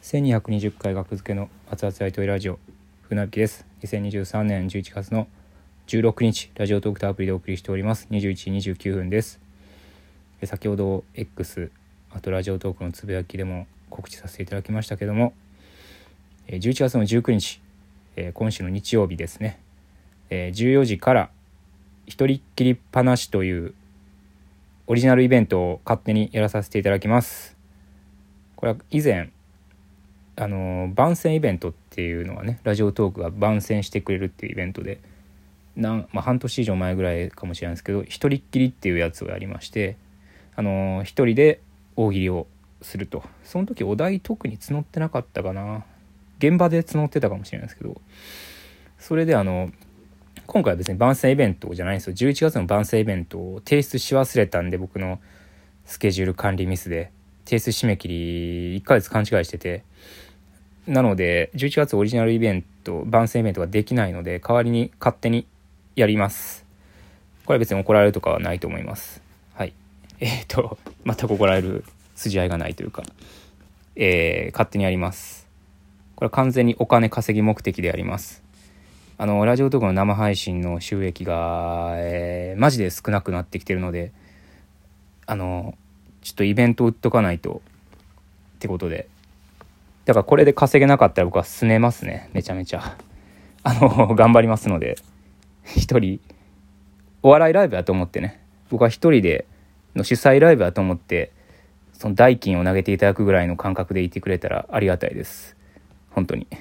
1220回学付けの熱々大統領ラジオ船引きです。2023年11月の16日ラジオトークとアプリでお送りしております。21時29分です。先ほど X あとラジオトークのつぶやきでも告知させていただきましたけども、11月の19日、今週の日曜日ですね、14時から一人っきりっぱなしというオリジナルイベントを勝手にやらさせていただきます。これは以前番宣イベントっていうのはね、ラジオトークが番宣してくれるっていうイベントで半年以上前ぐらいかもしれないですけど、一人っきりっていうやつをやりまして、一人で大喜利をすると。その時お題特に募ってなかったかな、現場で募ってたかもしれないですけど、それで今回は別に番宣イベントじゃないんですよ。11月の番宣イベントを提出し忘れたんで、僕のスケジュール管理ミスで提出締め切り1ヶ月勘違いしてて、なので11月オリジナルイベント番宣イベントができないので、代わりに勝手にやります。これは別に怒られるとかはないと思います。はい。全く怒られる筋合いがないというか、勝手にやります。これは完全にお金稼ぎ目的でやります。ラジオトークの生配信の収益が、マジで少なくなってきてるので、ちょっとイベント売っとかないとってことで、だからこれで稼げなかったら僕はすねますね。めちゃめちゃ頑張りますので、一人お笑いライブだと思ってね、僕は一人での主催ライブだと思って、その代金を投げていただくぐらいの感覚でいてくれたらありがたいです。本当に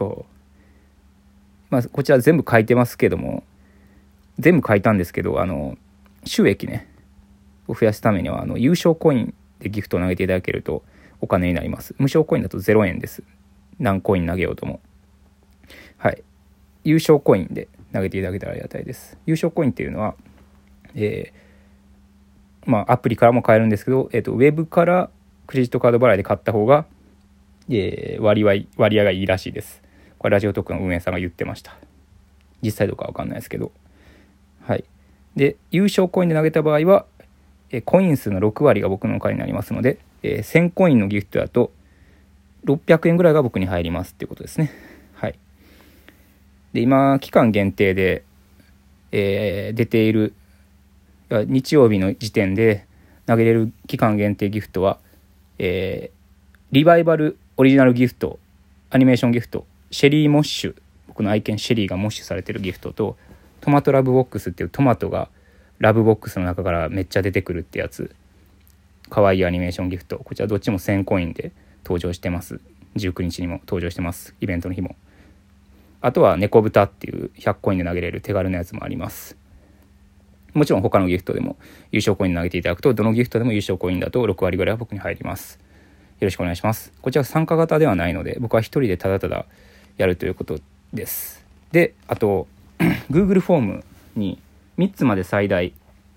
こちら全部書いてますけども、全部書いたんですけど、収益ねを増やすためには優勝コインでギフトを投げていただけるとお金になります。無償コインだと0円です。何コイン投げようとも。はい。優勝コインで投げていただけたらありがたいです。優勝コインっていうのは、アプリからも買えるんですけど、ウェブからクレジットカード払いで買った方が、割合がいいらしいです。これラジオトークの運営さんが言ってました。実際どうかわかんないですけど。はい。で、優勝コインで投げた場合は、コイン数の6割が僕のお金になりますので、1000コインのギフトだと600円ぐらいが僕に入りますっていうことですね。はい。で、今期間限定で、出ている日曜日の時点で投げれる期間限定ギフトは、リバイバルオリジナルギフト、アニメーションギフト、シェリーモッシュ、僕の愛犬シェリーがモッシュされてるギフトと、トマトラブボックスっていうトマトがラブボックスの中からめっちゃ出てくるってやつ、かわいいアニメーションギフト、こちらどっちも1000コインで登場してます。19日にも登場してます。イベントの日も。あとは猫豚っていう100コインで投げれる手軽なやつもあります。もちろん他のギフトでも優勝コイン投げていただくと、どのギフトでも優勝コインだと6割ぐらいは僕に入ります。よろしくお願いします。こちら参加型ではないので、僕は一人でただただやるということです。で、あとGoogle フォームに3つまで最低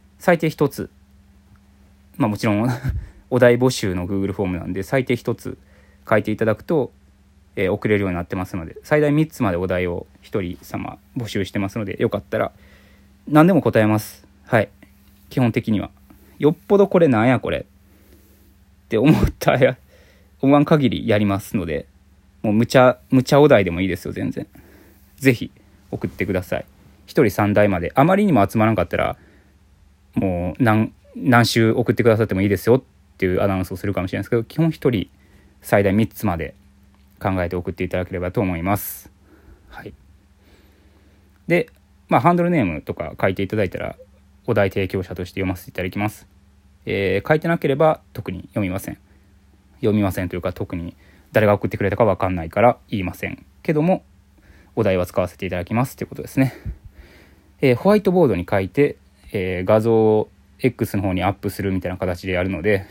1つ、もちろんお題募集の Google フォームなんで、最低1つ書いていただくと、送れるようになってますので、最大3つまでお題を1人様募集してますので、よかったら何でも答えます。はい。基本的にはよっぽどこれなんやこれって思わん限りやりますので、もう無茶お題でもいいですよ。全然ぜひ送ってください。1人3題まで。あまりにも集まらなかったらもう何週送ってくださってもいいですよっていうアナウンスをするかもしれないですけど、基本1人最大3つまで考えて送っていただければと思います。はい。で、ハンドルネームとか書いていただいたらお題提供者として読ませていただきます。書いてなければ特に読みませんというか、特に誰が送ってくれたか分かんないから言いませんけども、お題は使わせていただきますということですね。ホワイトボードに書いて、画像を X の方にアップするみたいな形でやるので、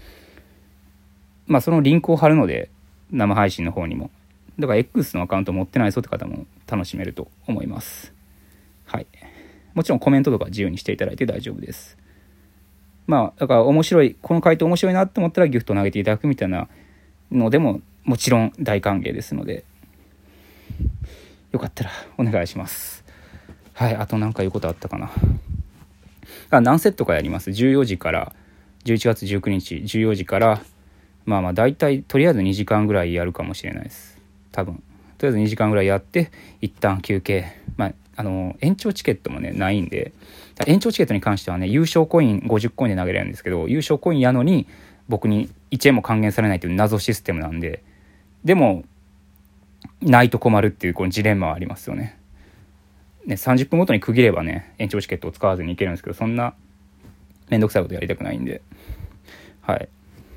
そのリンクを貼るので、生配信の方にも、だから X のアカウント持ってないぞって方も楽しめると思います。はい。もちろんコメントとか自由にしていただいて大丈夫です。だからこの回答面白いなと思ったらギフトを投げていただくみたいなのでももちろん大歓迎ですので、よかったらお願いします。はい。あと何か言うことあったかな。何セットかやります。14時から11月19日14時からまあまあ大体とりあえず2時間ぐらいやるかもしれないです。多分とりあえず2時間ぐらいやって一旦休憩。延長チケットもねないんで、延長チケットに関してはね優勝コイン50コインで投げれるんですけど、優勝コインやのに僕に1円も還元されないという謎システムなんで、でもないと困るっていうこのジレンマはありますよね。30分ごとに区切ればね延長チケットを使わずにいけるんですけど、そんなめんどくさいことやりたくないんで、はい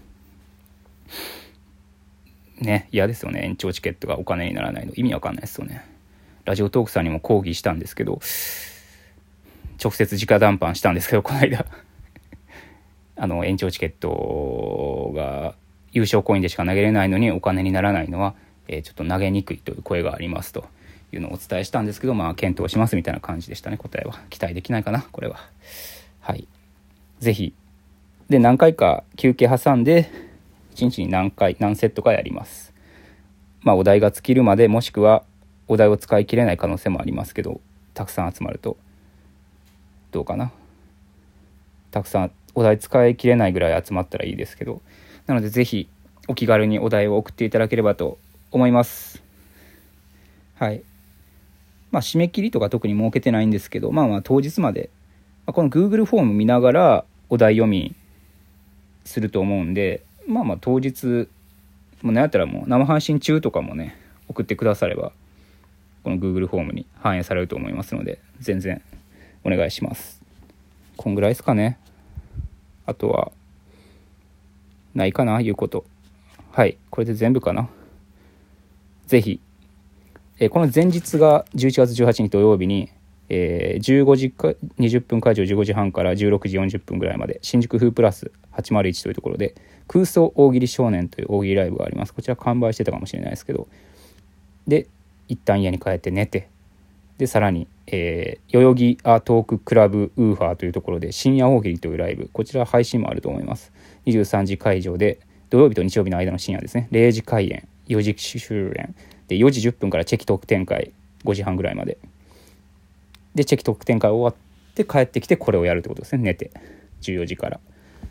ね、嫌ですよね。延長チケットがお金にならないの意味わかんないですよね。ラジオトークさんにも抗議したんですけど、直接直談判したんですけど、この間延長チケットが優勝コインでしか投げれないのにお金にならないのは、ちょっと投げにくいという声がありますというのをお伝えしたんですけど、まあ検討しますみたいな感じでしたね。答えは期待できないかなこれは。はい、ぜひで何回か休憩挟んで1日に何セットかやります。まあお題が尽きるまで、もしくはお題を使い切れない可能性もありますけど、たくさん集まるとどうかな。たくさんお題使い切れないぐらい集まったらいいですけど、なのでぜひお気軽にお題を送っていただければと思います。はい。まあ締め切りとか特に設けてないんですけど、まあ当日まで、この Google フォーム見ながらお題読みすると思うんで、まあ当日もう何やったらもう生配信中とかもね送ってくださればこの Google フォームに反映されると思いますので、全然お願いします。こんぐらいですかね。あとはないかないうこと。はい、これで全部かな。ぜひ、この前日が11月18日土曜日に、15時か20分会場、15時半から16時40分ぐらいまで新宿風プラス801というところで空想大喜利少年という大喜利ライブがあります。こちら完売してたかもしれないですけど、で一旦家に帰って寝て、でさらに、代々木アートーククラブウーファーというところで深夜大喜利というライブ、こちら配信もあると思います。23時会場で土曜日と日曜日の間の深夜ですね、0時開演4時終演で4時10分からチェキ特典会5時半ぐらいまでで、チェキ特典会終わって帰ってきてこれをやるってことですね。寝て14時から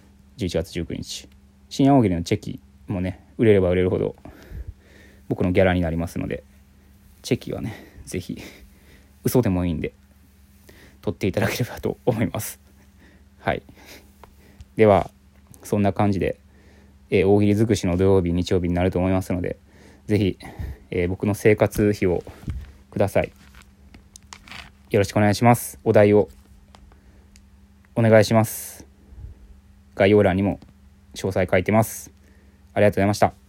11月19日深夜大喜利のチェキもね売れれば売れるほど僕のギャラになりますので、チェキはねぜひ嘘でもいいんで取っていただければと思います。はい、ではそんな感じで、大喜利尽くしの土曜日日曜日になると思いますので、ぜひ、僕の生活費をください。よろしくお願いします。お題をお願いします。概要欄にも詳細書いてます。ありがとうございました。